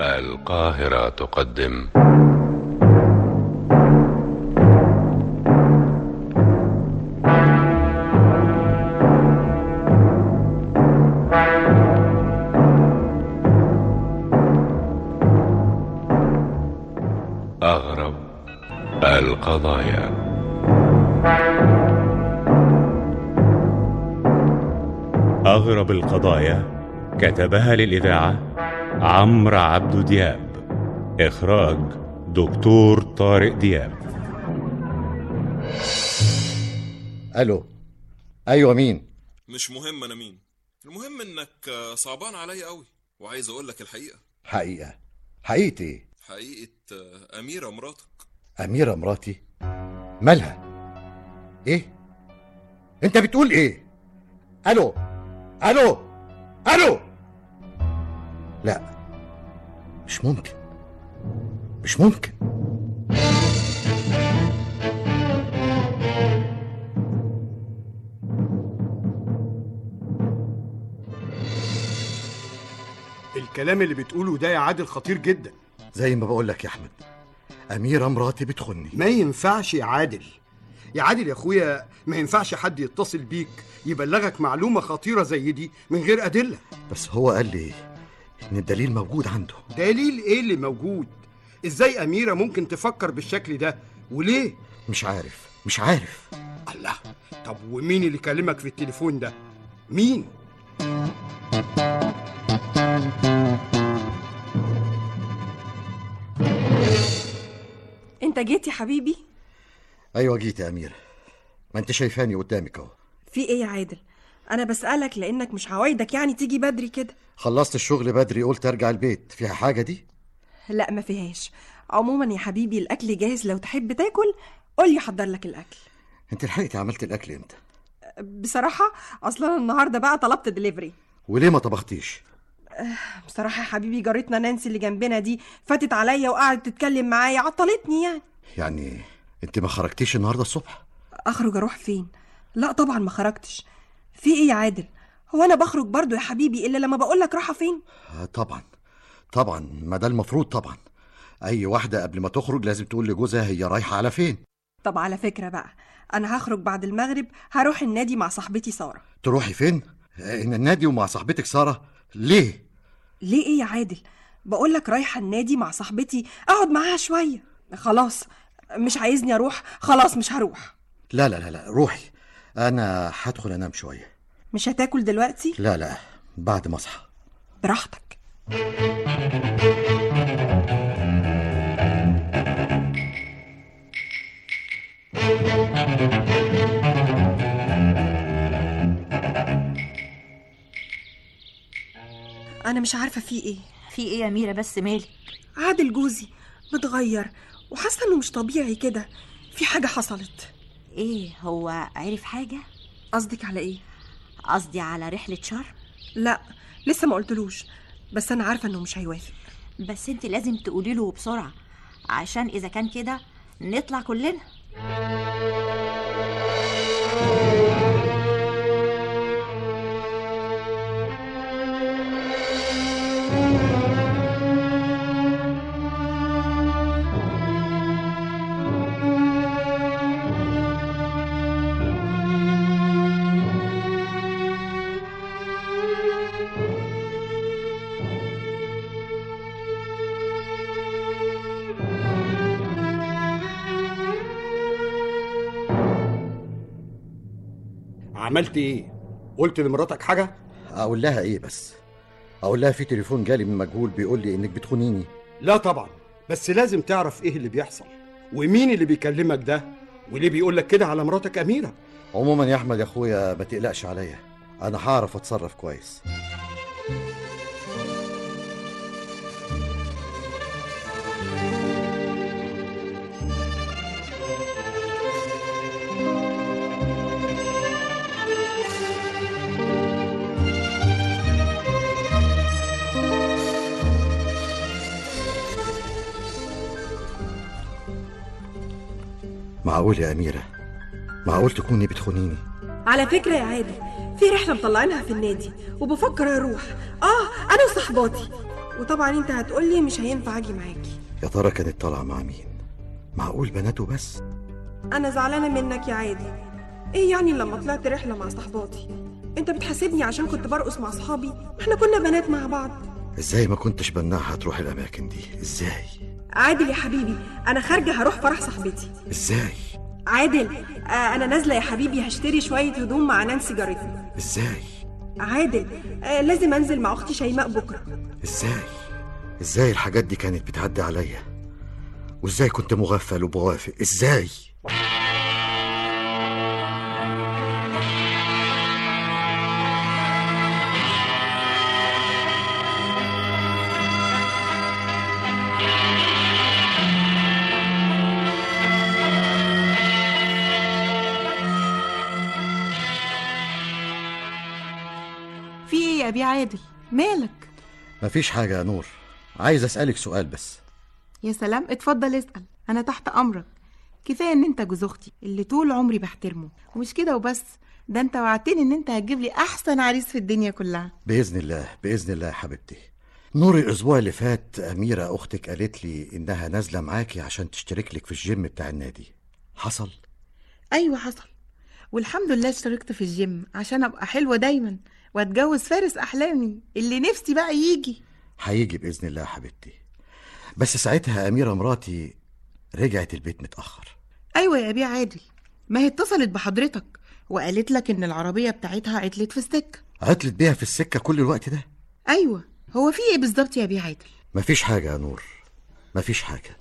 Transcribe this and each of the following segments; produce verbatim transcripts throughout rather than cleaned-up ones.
القاهرة تقدم أغرب القضايا. أغرب القضايا كتبها للإذاعة عمرو عبد دياب، إخراج دكتور طارق دياب. ألو، أيوة مين؟ مش مهم أنا مين، المهم إنك صعبان عليا قوي وعايز أقول لك الحقيقة. حقيقة؟ حقيقة إيه؟ حقيقة أميرة مراتك. أميرة مراتي؟ مالها؟ إيه؟ أنت بتقول إيه؟ ألو ألو ألو. لا، مش ممكن مش ممكن. الكلام اللي بتقوله ده يا عادل خطير جدا. زي ما بقول لك يا أحمد، أميرة مراتي بتخوني. ما ينفعش يا عادل يا عادل يا أخويا، ما ينفعش حد يتصل بيك يبلغك معلومة خطيرة زي دي من غير أدلة. بس هو قال لي إن الدليل موجود عنده. دليل إيه اللي موجود؟ إزاي أميرة ممكن تفكر بالشكل ده وليه؟ مش عارف مش عارف. الله، طب ومين اللي كلمك في التليفون ده؟ مين؟ انت جيت يا حبيبي؟ ايوه جيت يا اميره، ما انت شايفاني قدامك اهو. في ايه يا عادل؟ انا بسألك لانك مش عوايدك يعني تيجي بدري كده. خلصت الشغل بدري قلت ارجع البيت. فيها حاجه دي؟ لا ما فيهاش. عموما يا حبيبي الاكل جاهز، لو تحب تاكل قولي احضر لك الاكل. انت لحقتي عملت الاكل امتى؟ بصراحه اصلا النهارده بقى طلبت دليفري. وليه ما طبختيش؟ بصراحه يا حبيبي جارتنا نانسي اللي جنبنا دي فاتت عليا وقعدت تتكلم معايا، عطلتني يعني. يعني انت ما خرجتيش النهارده الصبح؟ اخرج اروح فين؟ لا طبعا ما خرجتش. في ايه يا عادل؟ هو انا بخرج برضو يا حبيبي الا لما بقولك رايحه فين؟ آه طبعا طبعا، ما ده المفروض طبعا. اي واحده قبل ما تخرج لازم تقول لجوزها هي رايحه على فين. طب على فكره بقى، انا هخرج بعد المغرب، هروح النادي مع صاحبتي ساره. تروحي فين؟ ان النادي ومع صاحبتك ساره؟ ليه؟ ليه ايه يا عادل؟ بقولك رايحه النادي مع صاحبتي اقعد معاها شويه. خلاص مش عايزني اروح؟ خلاص مش هروح. لا لا لا لا روحي، انا هدخل انام شويه. مش هتاكل دلوقتي؟ لا لا، بعد ما اصحى. براحتك. انا مش عارفه في ايه. في ايه يا أميرة؟ بس مالك؟ عادل جوزي متغير وحاسه انه مش طبيعي كده، في حاجه حصلت. ايه هو عرف حاجة؟ قصدك على ايه؟ قصدي على رحلة شرم. لا لسه ما قلتلوش، بس انا عارفه انه مش هيوافق. بس انت لازم تقولي له بسرعة، عشان اذا كان كده نطلع كلنا. عملت ايه؟ قلت لمراتك حاجه؟ اقول لها ايه بس؟ اقول لها في تليفون جالي من مجهول بيقول لي انك بتخونيني. لا طبعا، بس لازم تعرف ايه اللي بيحصل ومين اللي بيكلمك ده وليه بيقول لك كده على مراتك أميرة. عموما يا احمد يا اخويا ما تقلقش عليا، انا هعرف اتصرف كويس. معقول يا أميرة؟ معقول تكوني بتخونيني؟ على فكرة يا عادل، في رحلة مطلعينها في النادي وبفكر اروح. اه انا وصحباتي، وطبعا انت هتقولي مش هينفع اجي معاكي. يا ترى كانت طالعة مع مين؟ معقول بناته بس؟ انا زعلانه منك يا عادل. ايه يعني لما طلعت رحله مع صحباتي انت بتحاسبني عشان كنت برقص مع اصحابي؟ احنا كنا بنات مع بعض. ازاي ما كنتش بمنعها تروح الاماكن دي؟ ازاي؟ عادل يا حبيبي، انا خارجه هروح فرح صاحبتي. ازاي؟ عادل، آه انا نازله يا حبيبي هشتري شويه هدوم مع نانسي جارتنا. ازاي؟ عادل، آه لازم انزل مع اختي شيماء بكره. ازاي؟ ازاي الحاجات دي كانت بتعدي عليا؟ وازاي كنت مغفل وبوافق؟ ازاي؟ في ايه يا ابي عادل؟ مالك؟ مفيش حاجة يا نور، عايز اسألك سؤال بس. يا سلام، اتفضل اسأل، انا تحت امرك. كفايه ان انت جوز اختي اللي طول عمري بحترمه، ومش كده وبس، ده انت وعدتني ان انت هتجيب لي احسن عريس في الدنيا كلها. بإذن الله بإذن الله يا حبيبتي. نور، الأسبوع اللي فات أميرة أختك قالت لي إنها نازلة معاكي عشان تشترك لك في الجيم بتاع النادي، حصل؟ ايوه حصل، والحمد لله اشتركت في الجيم عشان ابقى حلوه دايما واتجوز فارس احلامي اللي نفسي بقى يجي. هيجي بإذن الله يا حبيبتي، بس ساعتها أميرة مراتي رجعت البيت متأخر. ايوه يا ابي عادل، ما هي اتصلت بحضرتك وقالت لك ان العربيه بتاعتها عطلت في السكه. عطلت بيها في السكة كل الوقت ده؟ ايوه، هو في ايه بالظبط يا ابي عادل؟ مفيش حاجة يا نور، مفيش حاجة.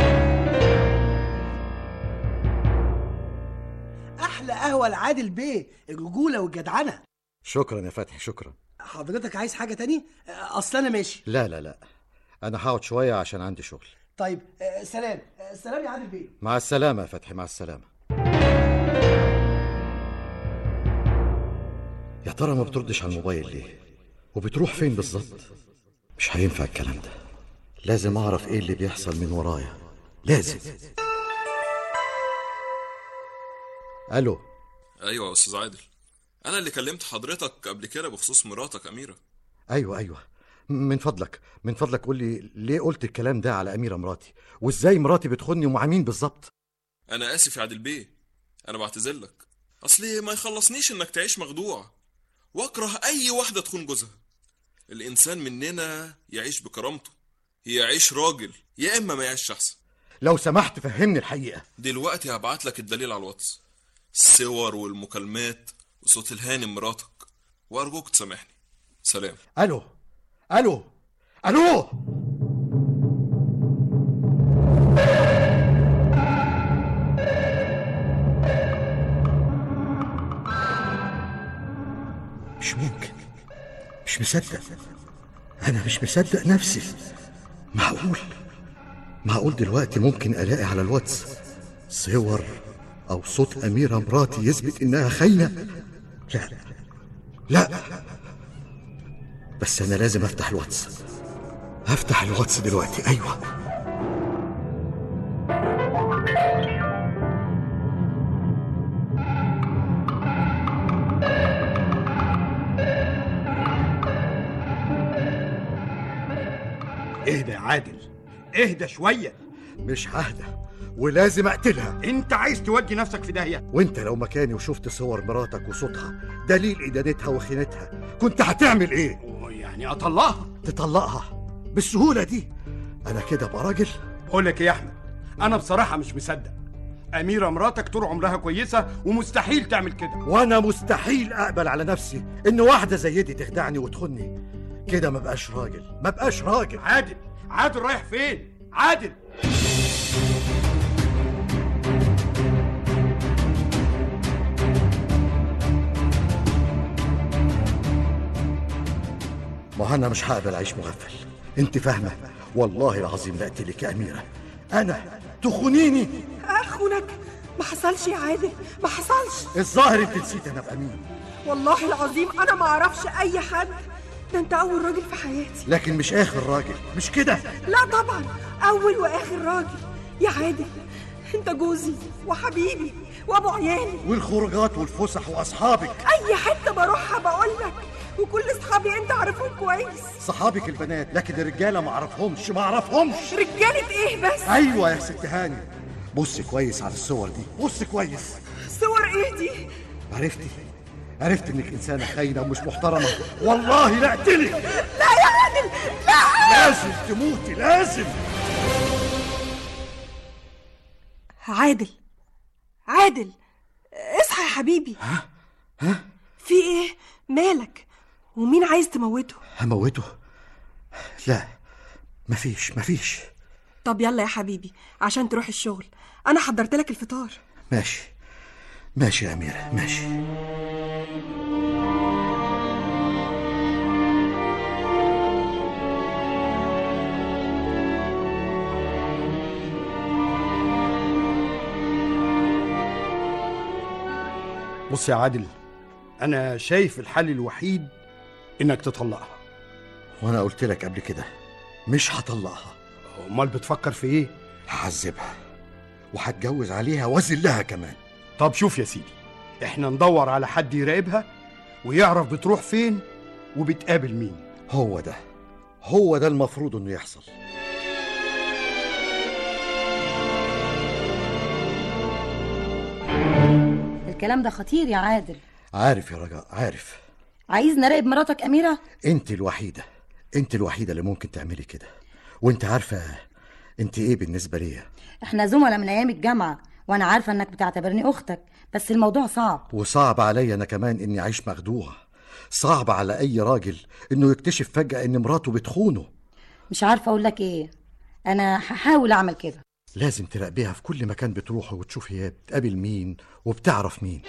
احلى قهوه لعادل بيه، الرجوله والجدعنه. شكرا يا فتحي، شكرا. حضرتك عايز حاجه تاني؟ اصل انا ماشي. لا لا لا، انا هقعد شويه عشان عندي شغل. طيب آه سلام. آه سلام يا عادل بيه. مع السلامه يا فتحي، مع السلامه. يا ترى ما بتردش على الموبايل ليه؟ وبتروح فين بالظبط؟ مش هينفع الكلام ده، لازم اعرف ايه اللي بيحصل من ورايا، لازم. الو. ايوه يا استاذ عادل، انا اللي كلمت حضرتك قبل كده بخصوص مراتك اميره. ايوه ايوه، من فضلك من فضلك قول لي ليه قلت الكلام ده على اميره مراتي، وازاي مراتي بتخوني ومع مين بالظبط؟ انا اسف يا عادل بيه، انا بعتذر لك. اصلي ما يخلصنيش انك تعيش مخدوع، واكره اي واحده تخون جوزها. الانسان مننا يعيش بكرامته، يعيش راجل، يا اما ما يعيش احسن. لو سمحت فهمني الحقيقه. دلوقتي هبعت لك الدليل على الواتس، الصور والمكالمات وصوت الهانم مراتك، وارجوك تسامحني. سلام. الو الو الو. مش ممكن، مش مصدق، انا مش مصدق نفسي. معقول معقول دلوقتي ممكن الاقي على الواتس صور او صوت اميره مراتي يثبت انها خاينه؟ لا لا، بس انا لازم افتح الواتس، هفتح الواتس دلوقتي. ايوه اهدى يا عادل، اهدى شويه. مش ههدى، ولازم اقتلها. انت عايز تودي نفسك في داهيه؟ وانت لو مكاني وشفت صور مراتك وصوتها دليل ادانتها وخيانتها كنت هتعمل ايه؟ يعني اطلقها؟ تطلقها بالسهوله دي؟ انا كده ابقى راجل؟ بقول لك ايه يا احمد، انا بصراحه مش مصدق. اميره مراتك طول عمرها كويسه ومستحيل تعمل كده. وانا مستحيل اقبل على نفسي ان واحده زي دي تخدعني وتخني كده. ما بقاش راجل، ما بقاش راجل. عادل، عادل رايح فين؟ عادل. ما انا مش هقبل اعيش مغفل، انت فاهمه؟ والله العظيم لا اقتلك يا اميره، انا تخونيني؟ اخونك؟ ما حصلش يا عادل، ما حصلش. الظاهر انت نسيت انا بامين. والله العظيم انا ما اعرفش اي حد، ده انت اول راجل في حياتي. لكن مش اخر راجل، مش كده؟ لا طبعا، اول واخر راجل يا عادل. انت جوزي وحبيبي وابو عيالي، والخروجات والفسح واصحابك. اي حته بروحها بقول لك وكل اصحابي انت عارفهم كويس. صحابك البنات، لكن الرجاله ما اعرفهمش ما اعرفهمش. رجاله ايه بس؟ ايوه يا ست هاني، بص كويس على الصور دي، بص كويس. صور ايه دي؟ عرفتي عرفت انك انسانه خاينه ومش محترمه. والله لا اقتلك. لا يا عادل لا، لازم تموتي لازم. عادل عادل اصحى يا حبيبي. ها ها في ايه مالك؟ ومين عايز تموته؟ هموته؟ لا مفيش مفيش. طب يلا يا حبيبي عشان تروح الشغل، انا حضرت لك الفطار. ماشي ماشي يا أميرة ماشي. بص يا عادل، أنا شايف الحل الوحيد إنك تطلقها. وأنا قلت لك قبل كده مش هطلقها. أمال بتفكر في إيه؟ هعذبها وهتجوز عليها وأذلها كمان. طب شوف يا سيدي، إحنا ندور على حد يراقبها ويعرف بتروح فين وبتقابل مين. هو ده هو ده المفروض إنه يحصل. الكلام ده خطير يا عادل. عارف يا رجاء عارف. عايز نراقب مراتك أميرة؟ انت الوحيدة انت الوحيدة اللي ممكن تعملي كده، وانت عارفة انت ايه بالنسبة ليا. احنا زملاء من ايام الجامعة، وانا عارفة انك بتعتبرني اختك، بس الموضوع صعب. وصعب عليا انا كمان اني اعيش مخدوع. صعب على اي راجل انه يكتشف فجأة ان مراته بتخونه. مش عارفة اقول لك ايه، انا هحاول اعمل كده. لازم تراقبيها في كل مكان بتروحه وتشوفي هي بتقابل مين وبتعرف مين.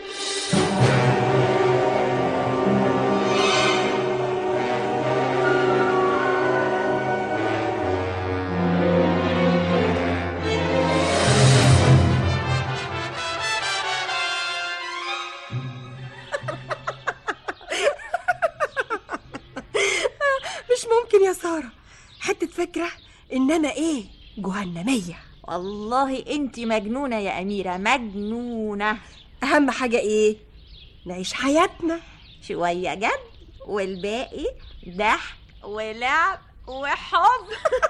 مش ممكن يا سارة، حتة فكرة ان انا ايه جهنمية. والله انت مجنونة يا أميرة، مجنونة. اهم حاجة ايه؟ نعيش حياتنا شوية جد والباقي ضحك ولعب وحب.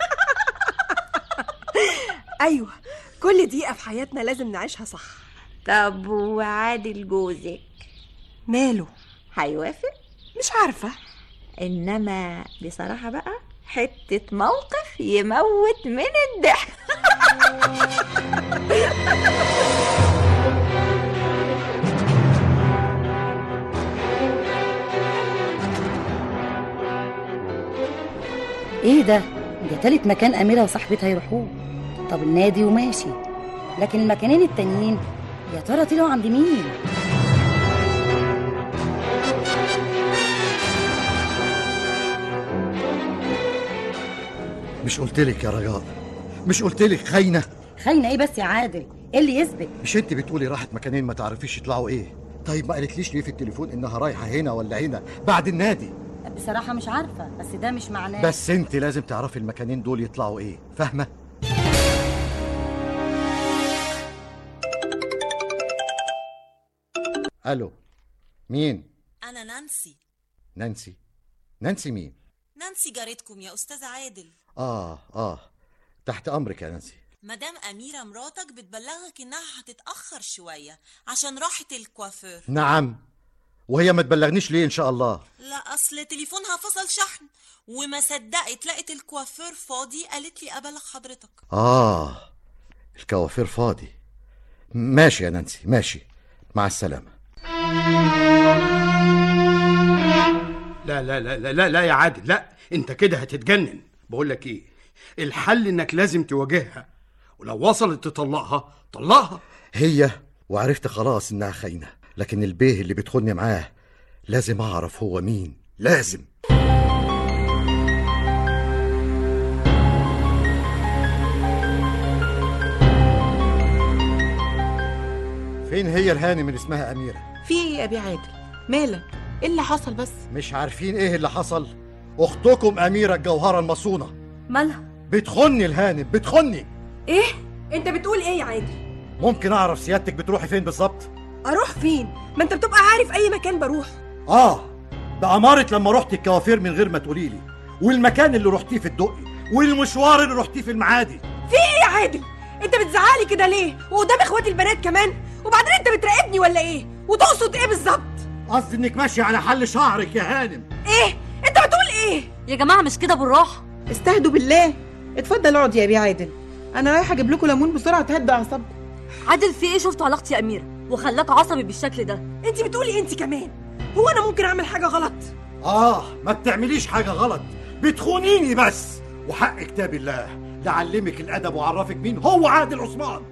ايوه كل دقيقة في حياتنا لازم نعيشها صح. طب وعادل جوزك ماله؟ هيوافق؟ مش عارفة، انما بصراحة بقى حتة موقف يموت من الضحك. ايه ده؟ ده تالت مكان أميرة وصاحبتها يروحوه. طب النادي وماشي، لكن المكانين التانيين يا ترى طلعوا عند مين؟ مش قلتلك يا رجاء؟ مش قلتلك خاينة؟ خاينة ايه بس يا عادل؟ ايه اللي يثبت؟ مش انت بتقولي راحت مكانين ما تعرفيش يطلعوا ايه؟ طيب ما قالتليش ليه في التليفون انها رايحة هنا ولا هنا بعد النادي؟ بصراحة مش عارفة، بس ده مش معناه. بس انت لازم تعرفي المكانين دول يطلعوا ايه، فاهمة؟ الو، مين؟ أنا نانسي. نانسي؟ نانسي مين؟ نانسي جارتكم يا أستاذ عادل. آه آه تحت أمرك يا نانسي. مدام أميرة مراتك بتبلغك إنها هتتأخر شوية عشان راحت الكوافير. نعم، وهي ما تبلغنيش ليه إن شاء الله؟ لا أصل تليفونها فصل شحن وما صدقت لقت الكوافير فاضي، قالت لي أبلغ حضرتك. آه الكوافير فاضي. ماشي يا نانسي ماشي، مع السلامة. لا لا لا لا لا يا عادل، لا انت كده هتتجنن. بقول لك ايه، الحل انك لازم تواجهها، ولو وصلت تطلقها طلقها. هي وعرفت خلاص انها خاينة، لكن البيه اللي بتخوني معاه لازم اعرف هو مين، لازم. فين هي الهانم اللي اسمها أميرة؟ في ايه يا ابي عادل؟ مالك؟ ايه اللي حصل بس؟ مش عارفين ايه اللي حصل؟ اختكم أميرة الجوهرة المصونة مالها؟ بتخني الهانم، بتخني. ايه؟ انت بتقول ايه يا عادل؟ ممكن اعرف سيادتك بتروحي فين بالظبط؟ اروح فين؟ ما انت بتبقى عارف اي مكان بروح. اه بأمارة لما رحت الكوافير من غير ما تقولي لي، والمكان اللي رحتيه في الدقي، والمشوار اللي رحتيه في المعادي. في ايه يا عادل؟ انت بتزعلي كده ليه؟ وقدام اخواتي البنات كمان؟ وبعدين انت بتراقبني ولا ايه؟ وتقصد ايه بالظبط؟ قصدي انك ماشيه على حل شعرك يا هانم. ايه؟ انت بتقول ايه؟ يا جماعه مش كده بالراحه. استهدوا بالله. اتفضل اقعد يا ابي عادل، انا رايحه اجيب لكم ليمون بسرعه تهدوا اعصابكم. عادل في ايه؟ شفتوا علاقتي يا اميره وخلاك عصبي بالشكل ده؟ انت بتقولي انت كمان؟ هو انا ممكن اعمل حاجه غلط؟ اه ما بتعمليش حاجه غلط، بتخونيني بس، وحق كتاب الله لعلمك الادب وعرفك مين هو عادل عثمان.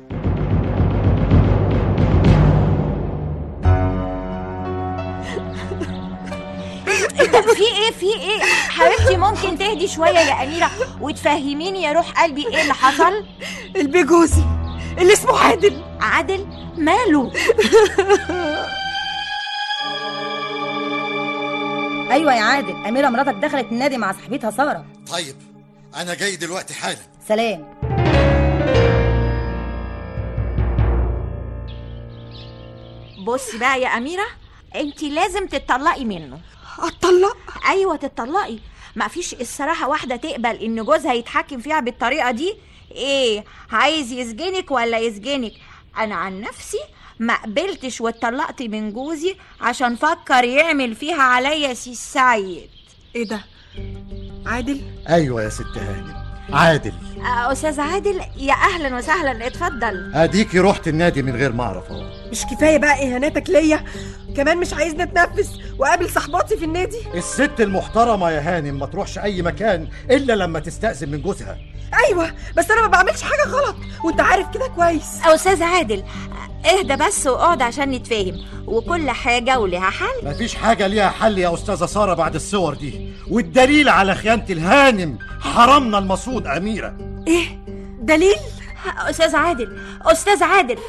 في ايه في ايه حبيبتي؟ ممكن تهدي شويه يا اميره وتفهميني يا روح قلبي ايه اللي حصل؟ البيه جوزي اللي اسمه عادل. عادل ماله؟ ايوه يا عادل، اميره مراتك دخلت النادي مع صاحبتها ساره. طيب انا جاي دلوقتي حالا. سلام. بصي بقى يا اميره، انت لازم تتطلقي منه. اتطلق؟ ايوه تتطلقي. ما فيش الصراحه واحده تقبل ان جوزها يتحكم فيها بالطريقه دي. ايه عايز يسجنك ولا يسجنك؟ انا عن نفسي ما قبلتش واتطلقت من جوزي عشان فكر يعمل فيها عليا سي السيد. ايه ده؟ عادل؟ ايوه يا ست هانم، عادل. آه استاذ عادل، يا اهلا وسهلا، اتفضل. اديكي رحت النادي من غير ما اعرف اهو. مش كفايه بقى اهاناتك ليا؟ كمان مش عايزني اتنفس واقابل صحباتي في النادي؟ الست المحترمه يا هانم ما تروحش اي مكان الا لما تستأذن من جوزها. ايوه بس انا ما بعملش حاجه غلط وانت عارف كده كويس. استاذ عادل اهدى بس واقعد عشان نتفاهم، وكل حاجه ولها حل. مفيش حاجه ليها حل يا استاذه ساره بعد الصور دي، والدليل على خيانه الهانم حرمنا المصود اميره. ايه دليل؟ استاذ عادل استاذ عادل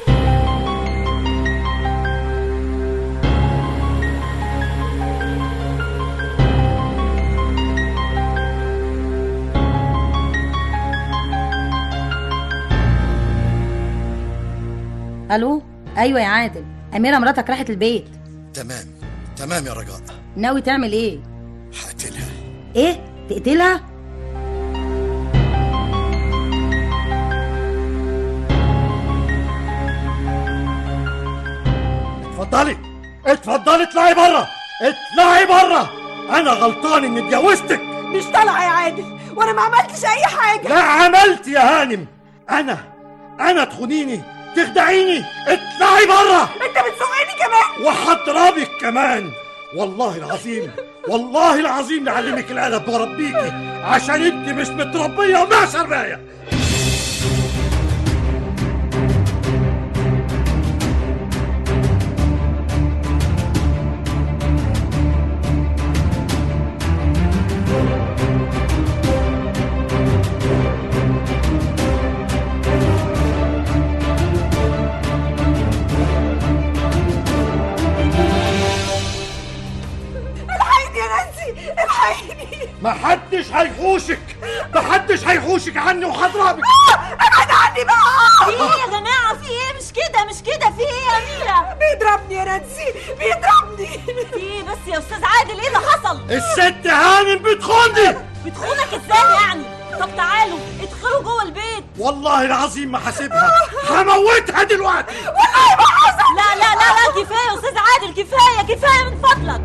الو. ايوه يا عادل، اميره مراتك راحت البيت. تمام تمام يا رجاء. ناوي تعمل ايه؟ هقتلها. ايه تقتلها؟ اتفضلي اتفضلي اطلعي بره، اطلعي بره. انا غلطان اني اتجوزتك. مش طالعه يا عادل وانا ما عملتش اي حاجه. لا عملت يا هانم. انا انا تخونيني تخدعيني. اطلعي بره. انت بتسوقني كمان وهضربك كمان. والله العظيم والله العظيم لعلمك الادب واربيكي عشان انت مش متربيه وما شربايه. محدش هيحوشك، محدش هيحوشك عني وهضربك. ابعد عني بقى. في ايه يا جماعه؟ في ايه؟ مش كده مش كده. في ايه يا اميره؟ بيضربني يا نانسي بيضربني. في ايه بس يا استاذ عادل؟ ايه اللي حصل؟ الست هانم بتخوني. بتخونك ازاي يعني؟ طب تعالوا ادخلوا جوه البيت. والله العظيم ما هسيبها، هموتها دلوقتي. والله ما حصل. لا لا لا لا كفايه يا استاذ عادل، كفايه كفايه من فضلك.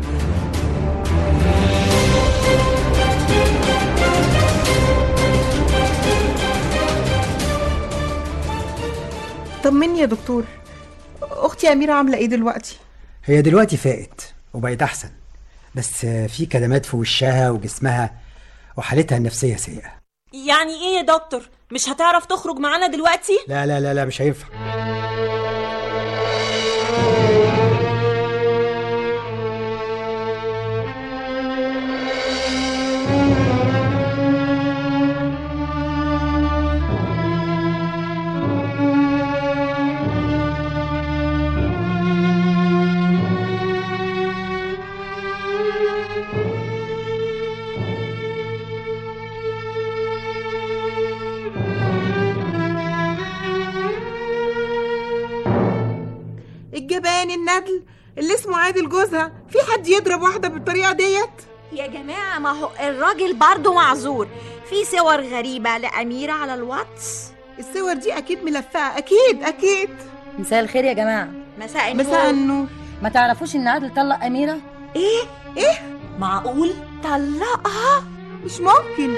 طمني يا دكتور، اختي اميره عامله ايه دلوقتي؟ هي دلوقتي فاقت وبقت احسن، بس في كدمات في وشها وجسمها وحالتها النفسيه سيئه. يعني ايه يا دكتور؟ مش هتعرف تخرج معانا دلوقتي؟ لا لا لا لا مش هينفع. الجبان الندل اللي اسمه عادل جوزها في في حد يضرب واحدة بالطريقة ديت؟ يا جماعة ما هو الراجل برضه معذور. في صور غريبة لأميرة على الواتس. الصور دي أكيد ملفقة، أكيد أكيد. مساء الخير يا جماعة. مساء النور. مساء النور. ما تعرفوش إن عادل طلق أميرة؟ إيه؟ إيه؟ معقول؟ طلقها؟ مش ممكن.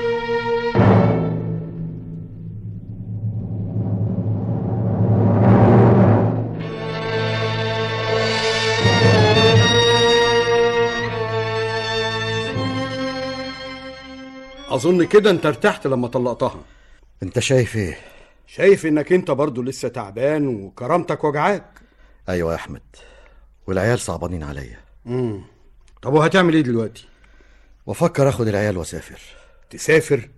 اظن كده انت ارتحت لما طلقتها. انت شايف ايه؟ شايف انك انت برضو لسه تعبان وكرامتك وجعاك. ايوه يا احمد، والعيال صعبانين عليا. امم طب وهتعمل ايه دلوقتي؟ وافكر اخد العيال واسافر. تسافر؟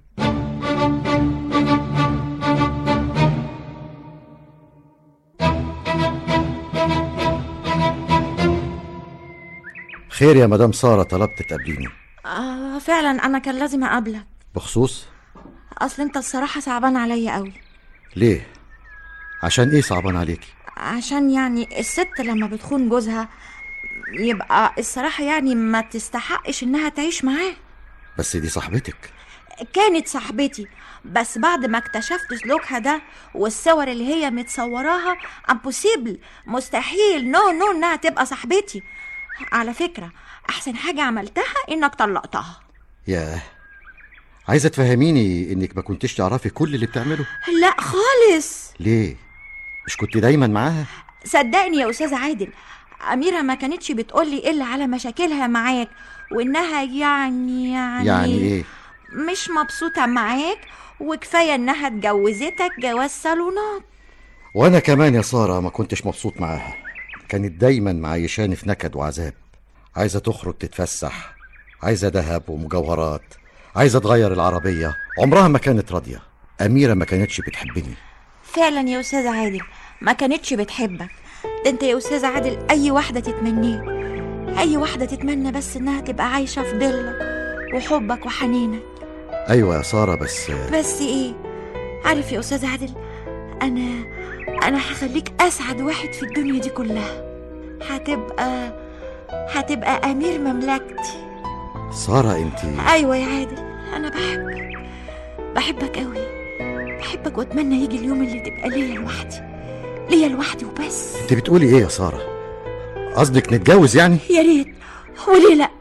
خير يا مدام سارة، طلبت تقابليني. آه فعلا أنا كان لازم أقابلك. بخصوص؟ أصل أنت الصراحة صعبان عليا قوي. ليه؟ عشان ايه صعبان عليكي؟ عشان يعني الست لما بتخون جوزها يبقى الصراحة يعني ما تستحقش إنها تعيش معاه. بس دي صاحبتك. كانت صاحبتي، بس بعد ما اكتشفت سلوكها ده والصور اللي هي متصوراها امبوسيبل، مستحيل، نو نو انها تبقى صاحبتي. على فكرة احسن حاجة عملتها انك طلقتها. ياه، عايزة تفهميني انك ما كنتش تعرفي كل اللي بتعمله؟ لا خالص. ليه؟ مش كنت دايما معاها؟ صدقني يا استاذ عادل، أميرة ما كانتش بتقولي إلا على مشاكلها معاك، وإنها يعني يعني يعني إيه؟ مش مبسوطة معاك، وكفاية إنها اتجوزتك جواز صالونات. وأنا كمان يا سارة ما كنتش مبسوط معاها. كانت دايما معيشاني في نكد وعذاب. عايزة تخرج تتفسح، عايزة دهب ومجوهرات، عايزة تغير العربية، عمرها ما كانت راضية. أميرة ما كانتش بتحبني. فعلا يا أستاذ عادل ما كانتش بتحبك. ده انت يا أستاذ عادل أي واحدة تتمنيه، أي واحدة تتمنى بس إنها تبقى عايشة في ضلك وحبك وحنينك. أيوة يا سارة، بس بس إيه؟ عارف يا أستاذ عادل، أنا أنا هخليك أسعد واحد في الدنيا دي كلها. هتبقى هتبقى أمير مملكتي. سارة انتي. أيوة يا عادل، أنا بحبك بحبك قوي، بحبك وأتمنى يجي اليوم اللي تبقى ليا لوحدي، ليا لوحدي وبس. انت بتقولي ايه يا سارة؟ قصدك نتجوز يعني؟ يا ريت، وليه لا؟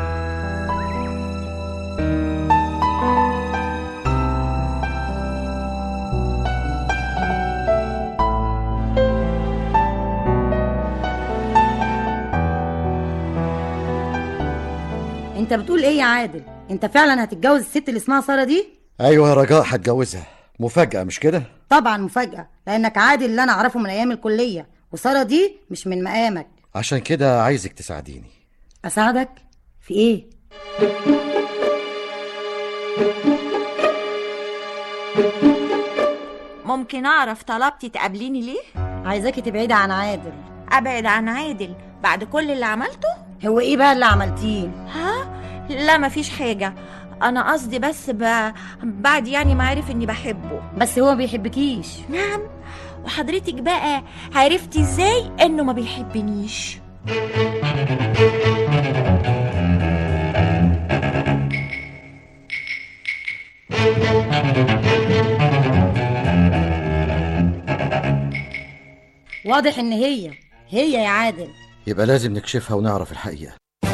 انت بتقول ايه يا عادل؟ انت فعلا هتتجوز الست اللي اسمها سارة دي؟ ايوه يا رجاء، هتجوزها. مفاجأة مش كده؟ طبعا مفاجأة، لانك عادل اللي انا اعرفه من ايام الكلية، وسارة دي مش من مقامك. عشان كده عايزك تساعديني. اساعدك؟ في ايه؟ ممكن اعرف طلبتي تقابليني ليه؟ عايزاكي تبعدي عن عادل. ابعد عن عادل بعد كل اللي عملته؟ هو ايه بقى اللي عملتيه؟ ها؟ لا مفيش حاجة، انا قصدي بس ب... بعد يعني ما عرف اني بحبه. بس هو ما بيحبكيش. نعم، وحضرتك بقى عرفتي ازاي انه ما بيحبنيش؟ واضح ان هي هي يا عادل. يبقى لازم نكشفها ونعرف الحقيقة.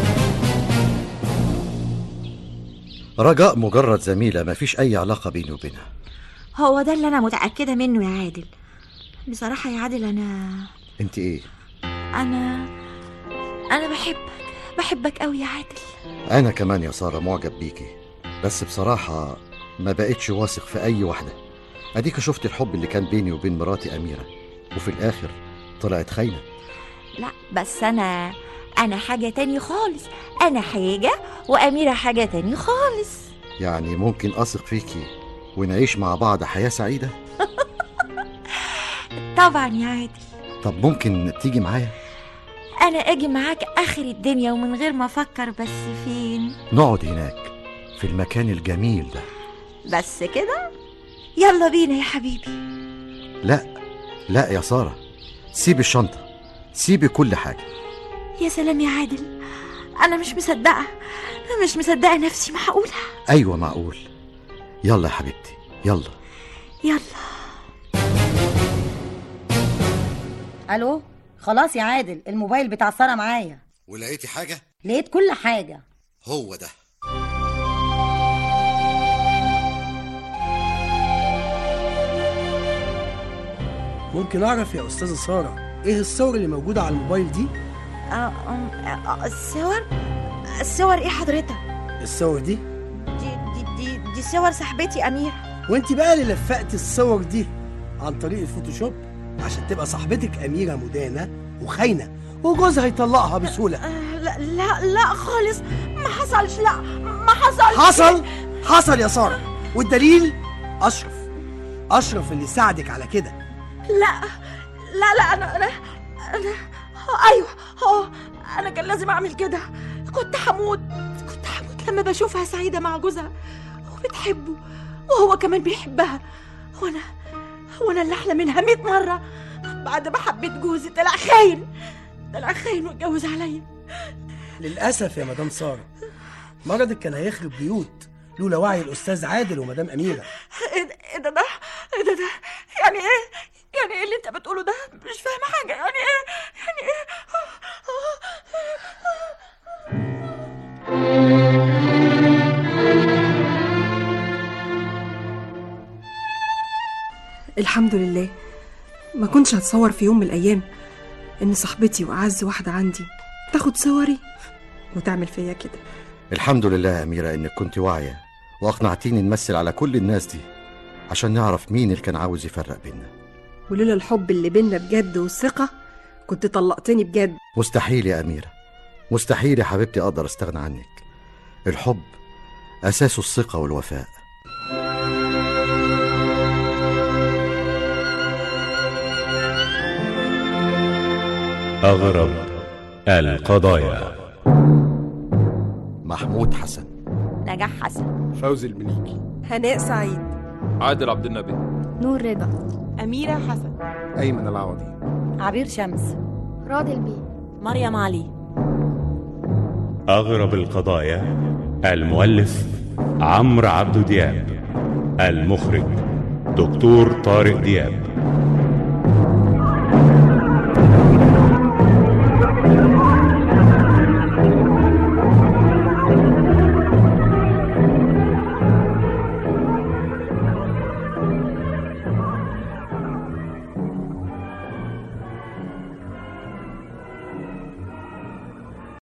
رجاء مجرد زميلة، مفيش أي علاقة بيني وبينها. هو ده اللي أنا متأكدة منه يا عادل. بصراحة يا عادل أنا أنت إيه؟ أنا أنا بحبك بحبك قوي يا عادل. أنا كمان يا سارة معجب بيكي، بس بصراحة ما بقتش واثق في أي واحدة. أديك شفت الحب اللي كان بيني وبين مراتي أميرة، وفي الآخر طلعت خاينة. لا بس أنا أنا حاجة تاني خالص. أنا حاجة وأميرة حاجة تاني خالص. يعني ممكن أثق فيكي ونعيش مع بعض حياة سعيدة؟ طبعا يا عادل. طب ممكن تيجي معايا؟ أنا أجي معاك آخر الدنيا ومن غير ما أفكر، بس فين؟ نقعد هناك في المكان الجميل ده. بس كده؟ يلا بينا يا حبيبي. لا لا يا سارة، سيبي الشنطة، سيبي كل حاجة. يا سلام يا عادل، انا مش مصدقه انا مش مصدقه نفسي. معقوله؟ ايوه معقول. يلا يا حبيبتي يلا يلا. الو، خلاص يا عادل، الموبايل بتاع ساره معايا. ولقيتي حاجه؟ لقيت كل حاجه. هو ده. ممكن اعرف يا استاذه ساره ايه الصور اللي موجوده على الموبايل دي؟ آه آه آه الصور الصور ايه حضرتك؟ الصور دي دي دي دي, دي صور صاحبتي أميرة. وانت بقى اللي لفقت الصور دي عن طريق الفوتوشوب عشان تبقى صاحبتك أميرة مدانة وخاينة وجوزها يطلقها بسهولة. آه لا لا لا خالص، ما حصلش. لا ما حصلش. حصل حصل يا سارة، والدليل أشرف أشرف اللي ساعدك على كده. لا لا لا أنا أنا أنا أيوه هو أنا كان لازم أعمل كده. كنت هموت كنت هموت لما بشوفها سعيدة مع جوزها وبتحبه وهو كمان بيحبها، وأنا وأنا اللي أحلى منها مئة مرة. بعد ما حبيت جوزي طلع خاين طلع خاين واتجوز عليا. للأسف يا مدام سارة، مرضك كان هيخرب بيوت لولا وعي الأستاذ عادل ومدام أميرة. إيه ده إيه ده إيه ده, ده يعني إيه يعني إيه اللي أنت بتقوله ده؟ مش فاهمة حاجة. يعني إيه يعني إيه الحمد لله. ما كنتش هتصور في يوم من الأيام إن صاحبتي وأعز واحدة عندي تاخد صوري وتعمل فيا كده. الحمد لله يا أميرة إنك كنت واعية وأقنعتيني نمثل على كل الناس دي عشان نعرف مين اللي كان عاوز يفرق بينا. ولولا الحب اللي بينا بجد والثقة كنت طلقتني بجد. مستحيل يا أميرة، مستحيل يا حبيبتي أقدر أستغنى عنك. الحب أساسه الثقة والوفاء. أغرب القضايا. محمود حسن، نجاح حسن، فوزي المليكي، هناء سعيد، عادل عبد النبي، نور رضا، أميرة حسن، أيمن العوضي، عبير شمس، راضي البيه، مريم علي. أغرب القضايا. المؤلف عمرو عبد دياب، المخرج دكتور طارق دياب.